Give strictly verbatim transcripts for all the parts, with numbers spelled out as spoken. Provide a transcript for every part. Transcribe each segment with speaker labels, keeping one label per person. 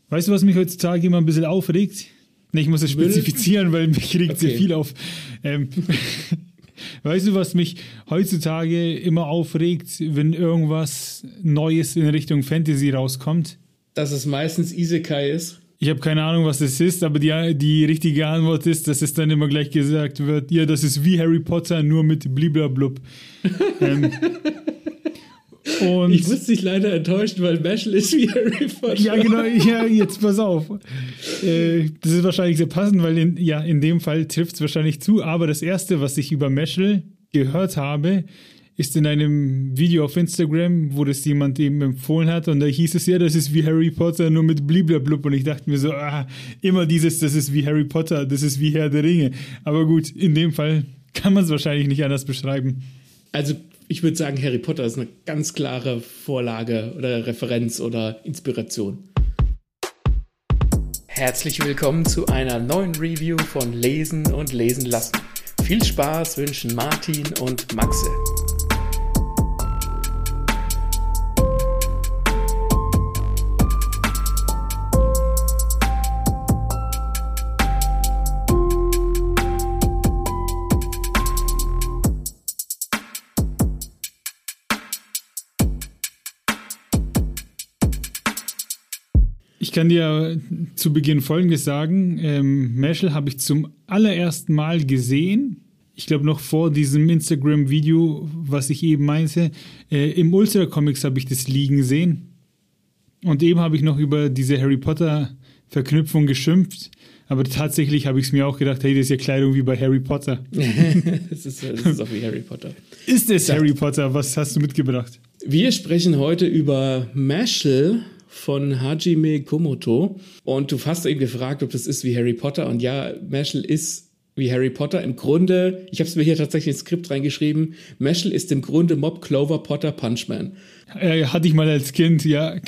Speaker 1: Weißt du, was mich heutzutage immer ein bisschen aufregt? Nee, ich muss es spezifizieren, weil mich regt okay. sehr viel auf. Ähm, weißt du, was mich heutzutage immer aufregt, wenn irgendwas Neues in Richtung Fantasy rauskommt?
Speaker 2: Dass es meistens Isekai ist.
Speaker 1: Ich habe keine Ahnung, was das ist, aber die, die richtige Antwort ist, dass es dann immer gleich gesagt wird, ja, das ist wie Harry Potter, nur mit bliblablub. ähm,
Speaker 2: und ich muss dich leider enttäuschen, weil Mashal ist wie Harry Potter.
Speaker 1: Ja, genau, ja, jetzt pass auf. Äh, das ist wahrscheinlich sehr passend, weil in, ja, in dem Fall trifft es wahrscheinlich zu, aber das Erste, was ich über Mashal gehört habe, ist in einem Video auf Instagram, wo das jemand eben empfohlen hat und da hieß es ja, das ist wie Harry Potter, nur mit bliblablub und ich dachte mir so, ah, immer dieses, das ist wie Harry Potter, das ist wie Herr der Ringe. Aber gut, in dem Fall kann man es wahrscheinlich nicht anders beschreiben.
Speaker 2: Also ich würde sagen, Harry Potter ist eine ganz klare Vorlage oder Referenz oder Inspiration. Herzlich willkommen zu einer neuen Review von Lesen und Lesen lassen. Viel Spaß wünschen Martin und Maxe.
Speaker 1: Ich kann dir zu Beginn Folgendes sagen. Ähm, Mashal habe ich zum allerersten Mal gesehen. Ich glaube noch vor diesem Instagram-Video, was ich eben meinte. Äh, Im Ultra Comics habe ich das liegen sehen. Und eben habe ich noch über diese Harry Potter-Verknüpfung geschimpft. Aber tatsächlich habe ich es mir auch gedacht, hey, das ist ja Kleidung wie bei Harry Potter.
Speaker 2: das, ist, das ist auch wie Harry Potter.
Speaker 1: Ist es Harry Potter? Was hast du mitgebracht?
Speaker 2: Wir sprechen heute über Mashal von Hajime Komoto. Und du hast eben gefragt, ob das ist wie Harry Potter. Und ja, Mashal ist wie Harry Potter. Im Grunde, ich habe es mir hier tatsächlich ins Skript reingeschrieben, Mashal ist im Grunde Mob Clover Potter Punchman.
Speaker 1: Äh, hatte ich mal als Kind, ja.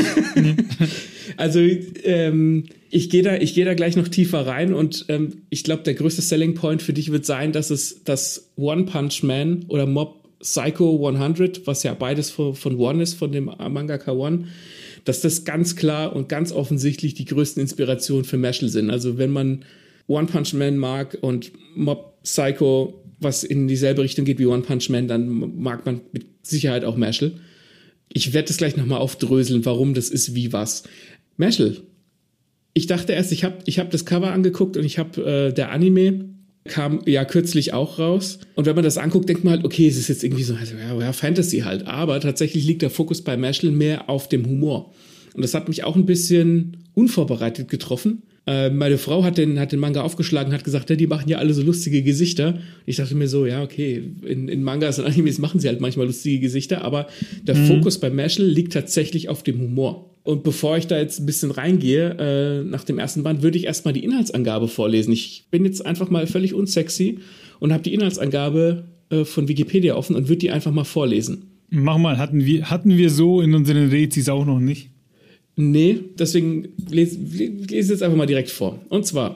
Speaker 2: Also ähm, ich gehe da, ich gehe da gleich noch tiefer rein und ähm, ich glaube, der größte Selling Point für dich wird sein, dass es das One Punch Man oder Mob Psycho hundert, was ja beides von, von One ist, von dem Mangaka One, dass das ganz klar und ganz offensichtlich die größten Inspirationen für Mashal sind. Also wenn man One Punch Man mag und Mob Psycho, was in dieselbe Richtung geht wie One Punch Man, dann mag man mit Sicherheit auch Mashal. Ich werde das gleich nochmal aufdröseln, warum das ist wie was. Mashal. Ich dachte erst, ich habe ich hab das Cover angeguckt und ich habe äh, der Anime kam ja kürzlich auch raus. Und wenn man das anguckt, denkt man halt, okay, es ist jetzt irgendwie so, also, ja, ja, Fantasy halt. Aber tatsächlich liegt der Fokus bei Mashal mehr auf dem Humor. Und das hat mich auch ein bisschen unvorbereitet getroffen. Äh, meine Frau hat den, hat den Manga aufgeschlagen, hat gesagt, ja, die machen ja alle so lustige Gesichter. Und ich dachte mir so, ja, okay, in, in Mangas und Animes machen sie halt manchmal lustige Gesichter, aber der mhm. Fokus bei Mashal liegt tatsächlich auf dem Humor. Und bevor ich da jetzt ein bisschen reingehe, äh, nach dem ersten Band, würde ich erstmal die Inhaltsangabe vorlesen. Ich bin jetzt einfach mal völlig unsexy und habe die Inhaltsangabe äh, von Wikipedia offen und würde die einfach mal vorlesen.
Speaker 1: Mach mal, hatten wir, hatten wir so in unseren Rezis auch noch nicht?
Speaker 2: Nee, deswegen lese ich jetzt einfach mal direkt vor. Und zwar,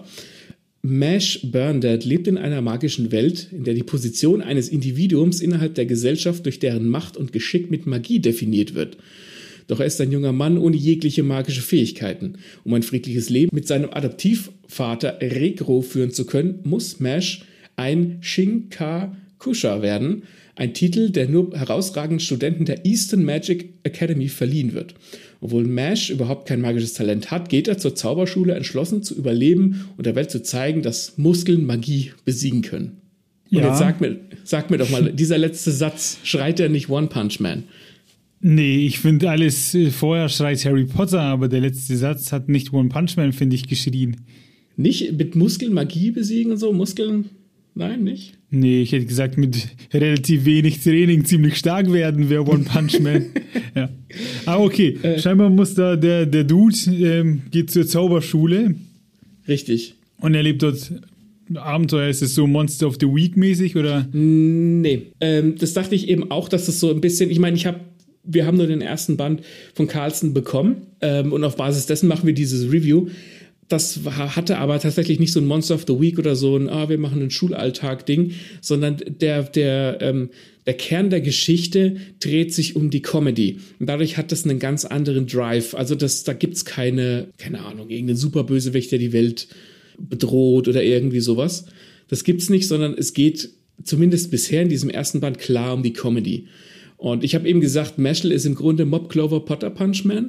Speaker 2: Mash Burndad lebt in einer magischen Welt, in der die Position eines Individuums innerhalb der Gesellschaft durch deren Macht und Geschick mit Magie definiert wird. Doch er ist ein junger Mann ohne jegliche magische Fähigkeiten. Um ein friedliches Leben mit seinem Adoptivvater Regro führen zu können, muss Mash ein Shinkakusha werden, ein Titel, der nur herausragenden Studenten der Eastern Magic Academy verliehen wird. Obwohl Mash überhaupt kein magisches Talent hat, geht er zur Zauberschule entschlossen zu überleben und der Welt zu zeigen, dass Muskeln Magie besiegen können. Und ja. jetzt sag mir, sag mir doch mal, dieser letzte Satz, schreit er nicht One Punch Man?
Speaker 1: Nee, ich finde alles, vorher schreit Harry Potter, aber der letzte Satz hat nicht One Punch Man, finde ich, geschrien.
Speaker 2: Nicht mit Muskeln Magie besiegen und so? Muskeln? Nein, nicht?
Speaker 1: Nee, ich hätte gesagt, mit relativ wenig Training ziemlich stark werden wäre One Punch Man. ja. Ah, okay. Äh, Scheinbar muss da der, der Dude ähm, geht zur Zauberschule.
Speaker 2: Richtig.
Speaker 1: Und er lebt dort Abenteuer. Ist es so Monster of the Week mäßig, oder?
Speaker 2: Nee. Ähm, das dachte ich eben auch, dass das so ein bisschen, ich meine, ich habe wir haben nur den ersten Band von Carlsen bekommen ähm, und auf Basis dessen machen wir dieses Review. Das war, hatte aber tatsächlich nicht so ein Monster of the Week oder so ein, ah, wir machen ein Schulalltag-Ding, sondern der, der, ähm, der Kern der Geschichte dreht sich um die Comedy. Und dadurch hat das einen ganz anderen Drive. Also das, da gibt's keine, keine Ahnung, irgendeinen Superbösewicht, der die Welt bedroht oder irgendwie sowas. Das gibt's nicht, sondern es geht zumindest bisher in diesem ersten Band klar um die Comedy. Und ich habe eben gesagt, Mashal ist im Grunde Mob Clover Potter Punchman.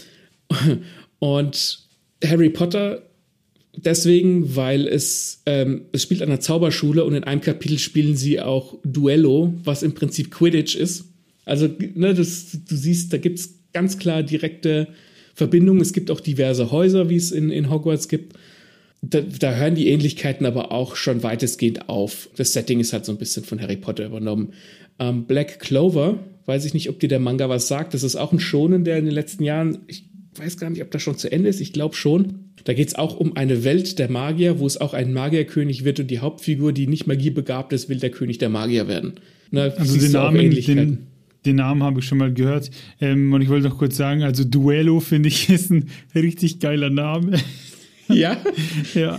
Speaker 2: Und Harry Potter deswegen, weil es, ähm, es spielt an einer Zauberschule und in einem Kapitel spielen sie auch Duello, was im Prinzip Quidditch ist. Also ne, das, du siehst, da gibt es ganz klar direkte Verbindungen. Es gibt auch diverse Häuser, wie es in, in Hogwarts gibt. Da, da hören die Ähnlichkeiten aber auch schon weitestgehend auf. Das Setting ist halt so ein bisschen von Harry Potter übernommen. Ähm, Black Clover, weiß ich nicht, ob dir der Manga was sagt. Das ist auch ein Shonen, der in den letzten Jahren, ich weiß gar nicht, ob das schon zu Ende ist, ich glaube schon. Da geht es auch um eine Welt der Magier, wo es auch ein Magierkönig wird und die Hauptfigur, die nicht magiebegabt ist, will der König der Magier werden. Na,
Speaker 1: also den Namen, den, den Namen habe ich schon mal gehört. Ähm, und ich wollte noch kurz sagen, also Duello finde ich ist ein richtig geiler Name.
Speaker 2: Ja?
Speaker 1: Ja.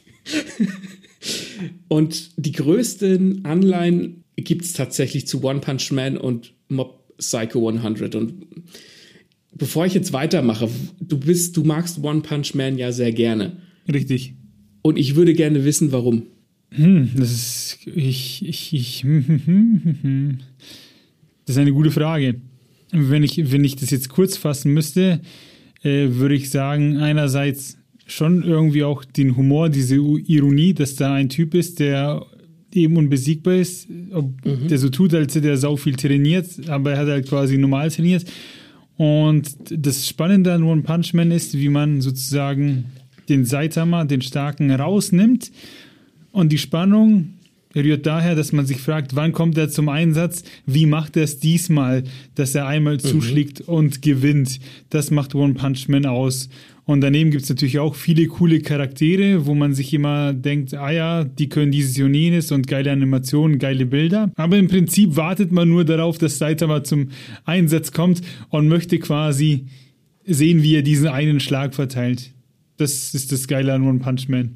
Speaker 2: Und die größten Anleihen gibt es tatsächlich zu One Punch Man und Mob Psycho hundert. Und bevor ich jetzt weitermache, du bist, du magst One Punch Man ja sehr gerne.
Speaker 1: Richtig.
Speaker 2: Und ich würde gerne wissen, warum.
Speaker 1: Hm, das ist, ich, ich, ich, hm, hm, hm, hm. Das ist eine gute Frage. Wenn ich, wenn ich das jetzt kurz fassen müsste, äh, würde ich sagen, einerseits schon irgendwie auch den Humor, diese Ironie, dass da ein Typ ist, der eben unbesiegbar ist, ob mhm. der so tut, als hätte er sau viel trainiert, aber er hat halt quasi normal trainiert. Und das Spannende an One Punch Man ist, wie man sozusagen den Saitama, den Starken, rausnimmt. Und die Spannung rührt daher, dass man sich fragt, wann kommt er zum Einsatz? Wie macht er es diesmal, dass er einmal mhm. zuschlägt und gewinnt? Das macht One Punch Man aus. Und daneben gibt es natürlich auch viele coole Charaktere, wo man sich immer denkt, ah ja, die können dieses und jenes und geile Animationen, geile Bilder. Aber im Prinzip wartet man nur darauf, dass Saitama zum Einsatz kommt und möchte quasi sehen, wie er diesen einen Schlag verteilt. Das ist das Geile an One Punch Man.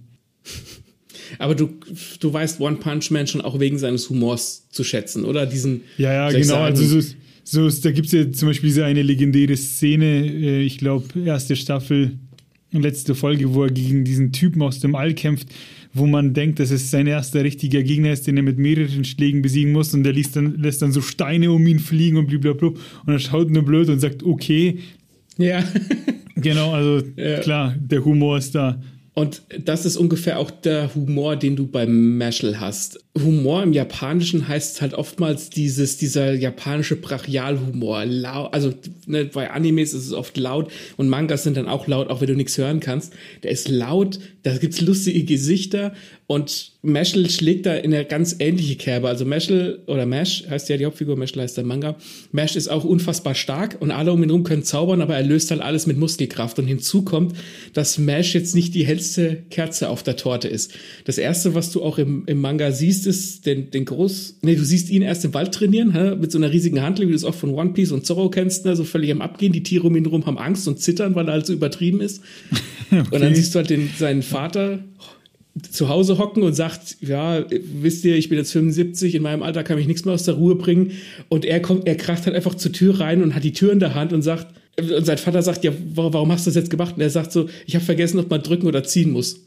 Speaker 2: Aber du, du weißt One Punch Man schon auch wegen seines Humors zu schätzen, oder? Diesen,
Speaker 1: ja, ja, genau. Also so, so, da gibt es ja zum Beispiel diese eine legendäre Szene, ich glaube, erste Staffel, letzte Folge, wo er gegen diesen Typen aus dem All kämpft, wo man denkt, dass es sein erster richtiger Gegner ist, den er mit mehreren Schlägen besiegen muss, und der lässt dann, lässt dann so Steine um ihn fliegen und blablabla, und er schaut nur blöd und sagt, okay.
Speaker 2: Ja.
Speaker 1: Genau, also ja. Klar, der Humor ist da.
Speaker 2: Und das ist ungefähr auch der Humor, den du beim Mashal hast. Humor im Japanischen heißt halt oftmals dieses, dieser japanische Brachialhumor. Lau- also ne, bei Animes ist es oft laut und Mangas sind dann auch laut, auch wenn du nichts hören kannst. Der ist laut, da gibt's lustige Gesichter und Mashal schlägt da in eine ganz ähnliche Kerbe. Also Mashal oder Mash heißt ja die Hauptfigur, Mashal heißt der Manga. Mash ist auch unfassbar stark und alle um ihn herum können zaubern, aber er löst halt alles mit Muskelkraft. Und hinzu kommt, dass Mash jetzt nicht die hellste Kerze auf der Torte ist. Das erste, was du auch im, im Manga siehst, ist den, den Groß... Ne, du siehst ihn erst im Wald trainieren, hä? Mit so einer riesigen Handel, wie du es auch von One Piece und Zorro kennst, ne? So völlig am Abgehen. Die Tiere um ihn herum haben Angst und zittern, weil er halt so übertrieben ist. Okay. Und dann siehst du halt den, seinen Vater zu Hause hocken und sagt, ja, wisst ihr, ich bin jetzt fünfundsiebzig, in meinem Alter kann mich nichts mehr aus der Ruhe bringen. Und er kommt, er kracht halt einfach zur Tür rein und hat die Tür in der Hand und sagt, und sein Vater sagt, ja, warum hast du das jetzt gemacht? Und er sagt so, ich habe vergessen, ob man drücken oder ziehen muss.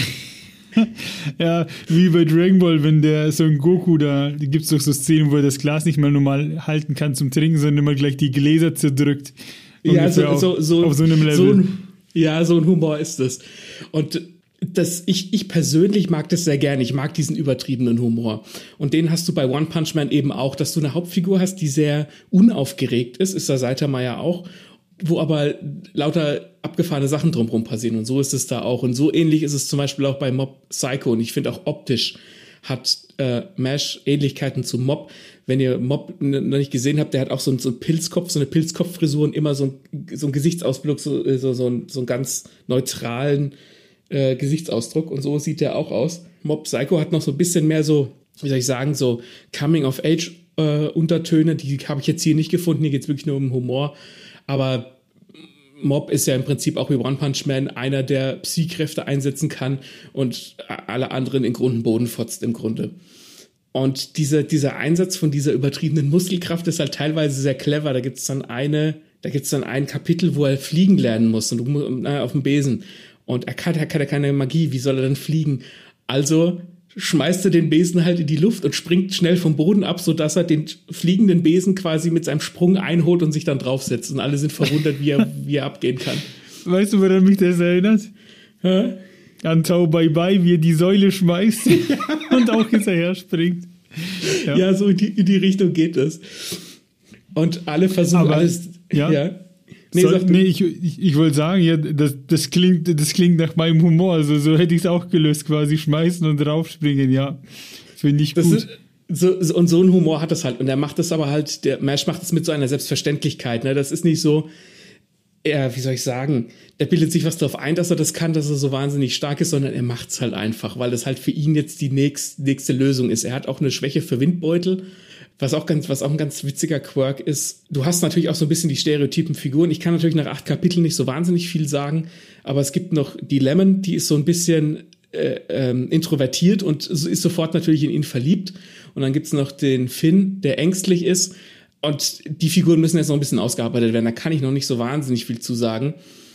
Speaker 1: Ja, wie bei Dragon Ball, wenn der Son Goku, da gibt es doch so Szenen, wo er das Glas nicht mal normal halten kann zum Trinken, sondern immer gleich die Gläser zerdrückt.
Speaker 2: Ja, so,
Speaker 1: auf,
Speaker 2: so, so,
Speaker 1: auf so einem Level.
Speaker 2: So ein, ja, so ein Humor ist das. Und das, ich, ich persönlich mag das sehr gerne. Ich mag diesen übertriebenen Humor. Und den hast du bei One Punch Man eben auch, dass du eine Hauptfigur hast, die sehr unaufgeregt ist, ist der Saitama ja auch, wo aber lauter abgefahrene Sachen drumherum passieren. Und so ist es da auch. Und so ähnlich ist es zum Beispiel auch bei Mob Psycho. Und ich finde auch optisch hat äh, Mash Ähnlichkeiten zu Mob. Wenn ihr Mob noch nicht gesehen habt, der hat auch so, so einen Pilzkopf, so eine Pilzkopffrisur und immer so ein, so ein Gesichtsausblick, so, so, so, einen, so einen ganz neutralen äh, Gesichtsausdruck. Und so sieht der auch aus. Mob Psycho hat noch so ein bisschen mehr so, wie soll ich sagen, so Coming-of-Age-Untertöne. Äh, die habe ich jetzt hier nicht gefunden. Hier geht es wirklich nur um Humor. Aber Mob ist ja im Prinzip auch wie One Punch Man einer, der Psy-Kräfte einsetzen kann und alle anderen in Grund und Boden fotzt im Grunde. Und dieser, dieser Einsatz von dieser übertriebenen Muskelkraft ist halt teilweise sehr clever. Da gibt es dann eine, da gibt's dann ein Kapitel, wo er fliegen lernen muss und du, äh, auf dem Besen. Und er kann, er kann ja keine Magie, wie soll er denn fliegen? Also schmeißt er den Besen halt in die Luft und springt schnell vom Boden ab, sodass er den fliegenden Besen quasi mit seinem Sprung einholt und sich dann draufsetzt. Und alle sind verwundert, wie er, wie er abgehen kann.
Speaker 1: Weißt du, woran mich das erinnert?
Speaker 2: Hä?
Speaker 1: An Tau Bai Bai, wie er die Säule schmeißt und auch hinterher springt.
Speaker 2: Ja, ja so in die, in die Richtung geht es. Und alle versuchen
Speaker 1: Aber,
Speaker 2: alles.
Speaker 1: Ja.
Speaker 2: ja. Nee,
Speaker 1: so, nee ich, ich, ich wollte sagen, ja, das, das, klingt, das klingt nach meinem Humor. Also so hätte ich es auch gelöst, quasi schmeißen und draufspringen, ja. Finde ich
Speaker 2: das
Speaker 1: gut.
Speaker 2: Ist, so, so, und so ein Humor hat das halt. Und er macht das aber halt, der Mash macht das mit so einer Selbstverständlichkeit. Ne? Das ist nicht so, er, wie soll ich sagen, der bildet sich was darauf ein, dass er das kann, dass er so wahnsinnig stark ist, sondern er macht es halt einfach, weil das halt für ihn jetzt die nächst, nächste Lösung ist. Er hat auch eine Schwäche für Windbeutel, was auch ganz, was auch ein ganz witziger Quirk ist. Du hast natürlich auch so ein bisschen die stereotypen Figuren. Ich kann natürlich nach acht Kapiteln nicht so wahnsinnig viel sagen, aber es gibt noch die Lemon, die ist so ein bisschen äh, ähm, introvertiert und ist sofort natürlich in ihn verliebt. Und dann gibt's noch den Finn, der ängstlich ist. Und die Figuren müssen jetzt noch ein bisschen ausgearbeitet werden. Da kann ich noch nicht so wahnsinnig viel zu sagen.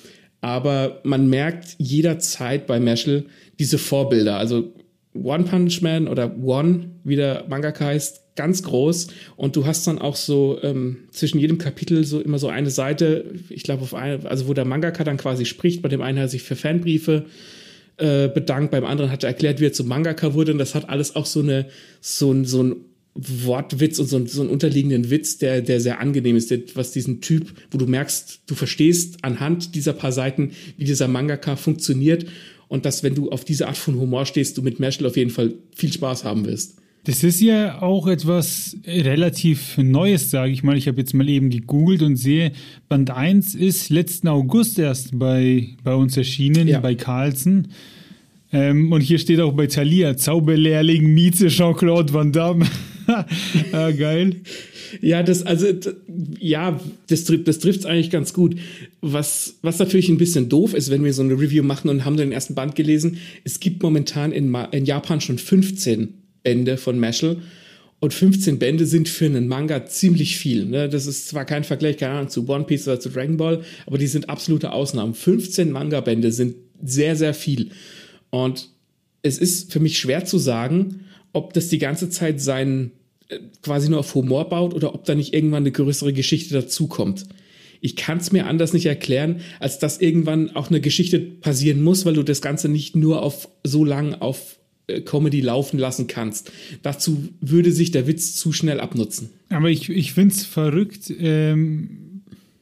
Speaker 2: Aber man merkt jederzeit bei Mashle diese Vorbilder. Also One Punch Man oder One, wie der Mangaka heißt, ganz groß. Und du hast dann auch so ähm, zwischen jedem Kapitel so immer so eine Seite, ich glaube auf eine, also wo der Mangaka dann quasi spricht. Bei dem einen hat er sich für Fanbriefe äh, bedankt, beim anderen hat er erklärt, wie er zum Mangaka wurde. Und das hat alles auch so eine so ein so ein Wortwitz und so, so einen unterliegenden Witz, der, der sehr angenehm ist, der, was diesen Typ, wo du merkst, du verstehst anhand dieser paar Seiten, wie dieser Mangaka funktioniert und dass, wenn du auf diese Art von Humor stehst, du mit Mashle auf jeden Fall viel Spaß haben wirst.
Speaker 1: Das ist ja auch etwas relativ Neues, sage ich mal. Ich habe jetzt mal eben gegoogelt und sehe, Band eins ist letzten August erst bei, bei uns erschienen, ja. bei Carlsen. Ähm, und hier steht auch bei Thalia, Zauberlehrling Mieze Jean-Claude Van Damme. Ah, geil.
Speaker 2: Ja, das, also, d- ja, das, das trifft es eigentlich ganz gut. Was, was natürlich ein bisschen doof ist, wenn wir so eine Review machen und haben den ersten Band gelesen, es gibt momentan in, Ma- in Japan schon fünfzehn Bände von Mashle und fünfzehn Bände sind für einen Manga ziemlich viel. Ne? Das ist zwar kein Vergleich, keine Ahnung, zu One Piece oder zu Dragon Ball, aber die sind absolute Ausnahmen. fünfzehn Manga-Bände sind sehr, sehr viel. Und es ist für mich schwer zu sagen, ob das die ganze Zeit sein äh, quasi nur auf Humor baut oder ob da nicht irgendwann eine größere Geschichte dazukommt. Ich kann es mir anders nicht erklären, als dass irgendwann auch eine Geschichte passieren muss, weil du das Ganze nicht nur auf so lang auf äh, Comedy laufen lassen kannst. Dazu würde sich der Witz zu schnell abnutzen.
Speaker 1: Aber ich, ich finde es verrückt, ähm,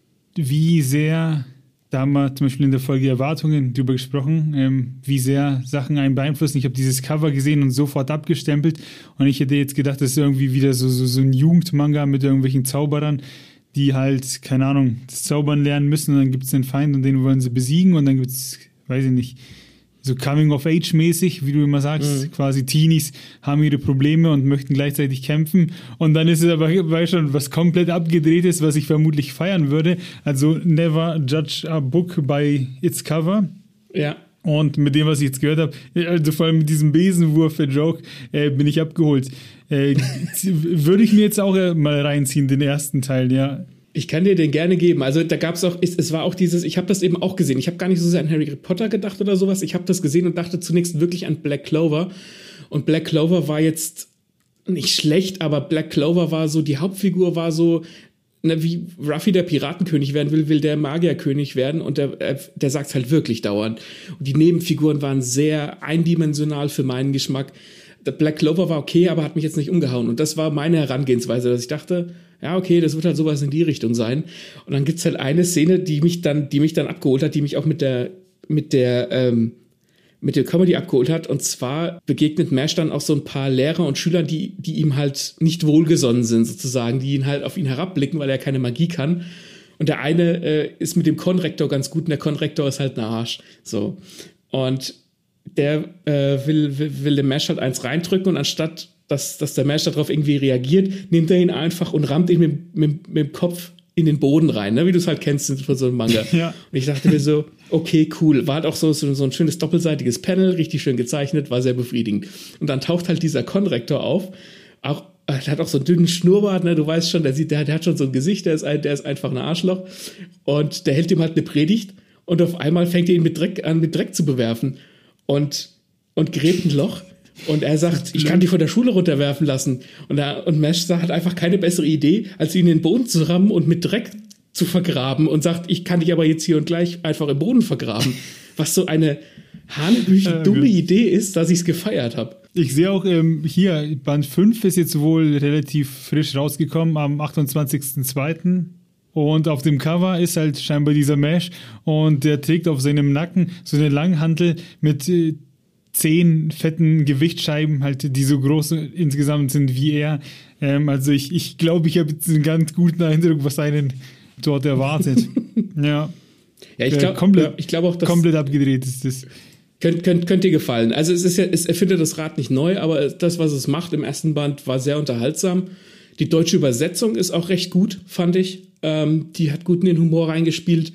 Speaker 1: wie sehr... Da haben wir zum Beispiel in der Folge Erwartungen drüber gesprochen, ähm, wie sehr Sachen einen beeinflussen. Ich habe dieses Cover gesehen und sofort abgestempelt. Und ich hätte jetzt gedacht, das ist irgendwie wieder so, so, so ein Jugendmanga mit irgendwelchen Zauberern, die halt, keine Ahnung, das Zaubern lernen müssen. Und dann gibt es den Feind und den wollen sie besiegen. Und dann gibt es, weiß ich nicht, so Coming-of-Age-mäßig, wie du immer sagst, mhm. quasi Teenies haben ihre Probleme und möchten gleichzeitig kämpfen. Und dann ist es aber, weißt schon, was komplett abgedreht ist, was ich vermutlich feiern würde. Also never judge a book by its cover.
Speaker 2: Ja.
Speaker 1: Und mit dem, was ich jetzt gehört habe, also vor allem mit diesem Besenwurf-Joke, äh, bin ich abgeholt. Äh, würde ich mir jetzt auch äh, mal reinziehen, den ersten Teil, ja.
Speaker 2: Ich kann dir den gerne geben. Also da gab es auch, es, es war auch dieses, ich habe das eben auch gesehen. Ich habe gar nicht so sehr an Harry Potter gedacht oder sowas. Ich habe das gesehen und dachte zunächst wirklich an Black Clover. Und Black Clover war jetzt nicht schlecht, aber Black Clover war so, die Hauptfigur war so, ne, wie Ruffy der Piratenkönig werden will, will der Magierkönig werden und der, der sagt es halt wirklich dauernd. Und die Nebenfiguren waren sehr eindimensional für meinen Geschmack. Der Black Clover war okay, aber hat mich jetzt nicht umgehauen. Und das war meine Herangehensweise, dass ich dachte, ja, okay, das wird halt sowas in die Richtung sein. Und dann gibt's halt eine Szene, die mich dann, die mich dann abgeholt hat, die mich auch mit der, mit der, ähm, mit der Comedy abgeholt hat. Und zwar begegnet Mash dann auch so ein paar Lehrer und Schülern, die, die ihm halt nicht wohlgesonnen sind, sozusagen, die ihn halt auf ihn herabblicken, weil er keine Magie kann. Und der eine äh, ist mit dem Konrektor ganz gut und der Konrektor ist halt ein Arsch. So. Und der äh, will, will, will dem Mash halt eins reindrücken und anstatt, dass, dass der Mash darauf irgendwie reagiert, nimmt er ihn einfach und rammt ihn mit, mit, mit dem Kopf in den Boden rein, ne? Wie du es halt kennst von so einem Manga.
Speaker 1: Ja.
Speaker 2: Und ich dachte mir so, okay, cool. War halt auch so, so, so ein schönes doppelseitiges Panel, richtig schön gezeichnet, war sehr befriedigend. Und dann taucht halt dieser Konrektor auf, auch, der hat auch so einen dünnen Schnurrbart, ne? Du weißt schon, der, sieht, der, der hat schon so ein Gesicht, der ist, ein, der ist einfach ein Arschloch. Und der hält ihm halt eine Predigt und auf einmal fängt er ihn mit Dreck an, mit Dreck zu bewerfen. Und, und gräbt ein Loch. Und er sagt, ich kann die von der Schule runterwerfen lassen. Und, er, und Mesh hat einfach keine bessere Idee, als ihn in den Boden zu rammen und mit Dreck zu vergraben. Und sagt, ich kann dich aber jetzt hier und gleich einfach im Boden vergraben. Was so eine hanebüchen dumme Idee ist, dass ich es gefeiert habe.
Speaker 1: Ich sehe auch ähm, hier, Band fünf ist jetzt wohl relativ frisch rausgekommen, am achtundzwanzigsten zweiten Und auf dem Cover ist halt scheinbar dieser Mesh und der trägt auf seinem Nacken so eine Langhantel mit äh, zehn fetten Gewichtsscheiben, halt, die so groß insgesamt sind wie er. Ähm, also ich ich, glaube, ich habe jetzt einen ganz guten Eindruck, was einen dort erwartet. ja.
Speaker 2: Ja, ich glaube
Speaker 1: komplett,
Speaker 2: ja, glaub auch, dass
Speaker 1: komplett abgedreht ist das.
Speaker 2: Könnt, könnt, könnt dir gefallen. Also es ist ja, es erfindet das Rad nicht neu, aber das, was es macht im ersten Band, war sehr unterhaltsam. Die deutsche Übersetzung ist auch recht gut, fand ich. Ähm, die hat gut in den Humor reingespielt.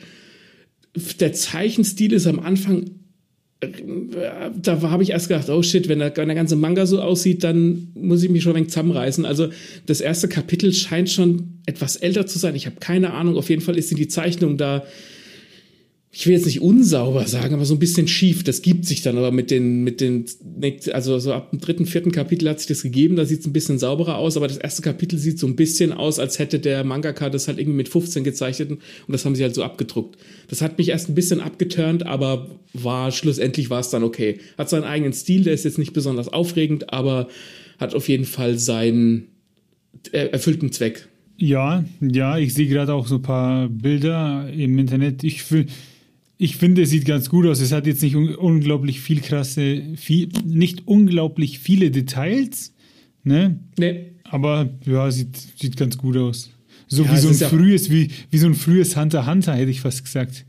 Speaker 2: Der Zeichenstil ist am Anfang, äh, da habe ich erst gedacht, oh shit, wenn der, wenn der ganze Manga so aussieht, dann muss ich mich schon ein wenig zusammenreißen. Also das erste Kapitel scheint schon etwas älter zu sein. Ich habe keine Ahnung. Auf jeden Fall ist die Zeichnung da, ich will jetzt nicht unsauber sagen, aber so ein bisschen schief. Das gibt sich dann aber mit den, mit den, also so ab dem dritten, vierten Kapitel hat sich das gegeben, da sieht es ein bisschen sauberer aus, aber das erste Kapitel sieht so ein bisschen aus, als hätte der Mangaka das halt irgendwie mit fünfzehn gezeichnet und das haben sie halt so abgedruckt. Das hat mich erst ein bisschen abgeturnt, aber war, schlussendlich war es dann okay. Hat seinen eigenen Stil, der ist jetzt nicht besonders aufregend, aber hat auf jeden Fall seinen äh, erfüllten Zweck.
Speaker 1: Ja, ja, ich sehe gerade auch so ein paar Bilder im Internet. Ich finde, Ich finde, es sieht ganz gut aus. Es hat jetzt nicht un- unglaublich viel krasse, viel, nicht unglaublich viele Details, ne?
Speaker 2: Nee.
Speaker 1: Aber ja, sieht, sieht ganz gut aus. So
Speaker 2: Ja,
Speaker 1: wie
Speaker 2: es
Speaker 1: so ein
Speaker 2: ist ja-
Speaker 1: frühes, wie, wie so ein frühes Hunter x Hunter, hätte ich fast gesagt.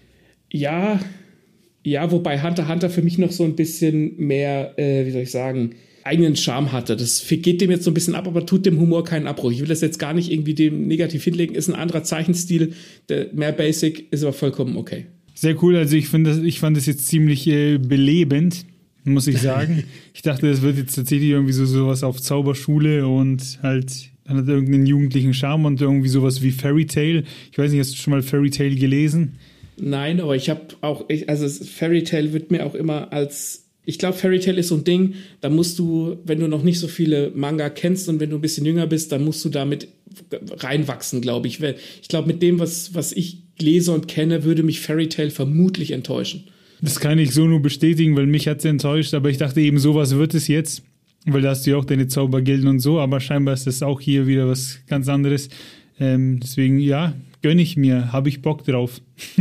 Speaker 2: Ja, ja, wobei Hunter x Hunter für mich noch so ein bisschen mehr, äh, wie soll ich sagen, eigenen Charme hatte. Das geht dem jetzt so ein bisschen ab, aber tut dem Humor keinen Abbruch. Ich will das jetzt gar nicht irgendwie dem negativ hinlegen. Ist ein anderer Zeichenstil, der mehr basic, ist aber vollkommen okay.
Speaker 1: Sehr cool, also ich, find das, ich fand das jetzt ziemlich äh, belebend, muss ich sagen. Ich dachte, das wird jetzt tatsächlich irgendwie so sowas auf Zauberschule und halt, dann hat irgendeinen jugendlichen Charme und irgendwie sowas wie Fairy Tail. Ich weiß nicht, hast du schon mal Fairy Tail gelesen?
Speaker 2: Nein, aber ich habe auch, ich, also Fairy Tail wird mir auch immer als, ich glaube, Fairy Tail ist so ein Ding, da musst du, wenn du noch nicht so viele Manga kennst und wenn du ein bisschen jünger bist, dann musst du damit reinwachsen, glaube ich. Ich glaube, mit dem, was, was ich lese und kenne, würde mich Fairy Tail vermutlich enttäuschen.
Speaker 1: Das kann ich so nur bestätigen, weil mich hat es enttäuscht, aber ich dachte eben, sowas wird es jetzt, weil da hast du ja auch deine Zaubergilden und so, aber scheinbar ist das auch hier wieder was ganz anderes. Ähm, deswegen, ja, gönne ich mir, habe ich Bock drauf.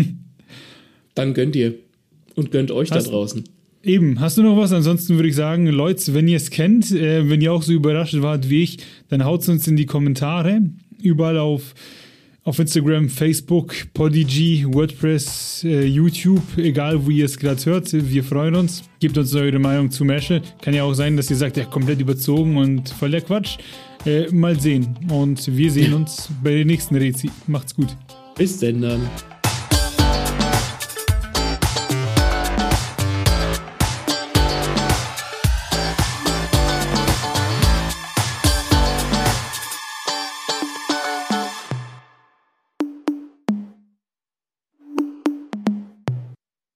Speaker 2: Dann gönnt ihr und gönnt euch
Speaker 1: Hast-
Speaker 2: da draußen.
Speaker 1: Eben, hast du noch was? Ansonsten würde ich sagen, Leute, wenn ihr es kennt, äh, wenn ihr auch so überrascht wart wie ich, dann haut es uns in die Kommentare. Überall auf, auf Instagram, Facebook, Podigy, WordPress, äh, YouTube, egal wo ihr es gerade hört. Wir freuen uns. Gebt uns eure Meinung zu Mashle. Kann ja auch sein, dass ihr sagt, ja, komplett überzogen und voll der Quatsch. Äh, mal sehen. Und wir sehen uns bei der nächsten Rezi. Macht's gut.
Speaker 2: Bis denn dann.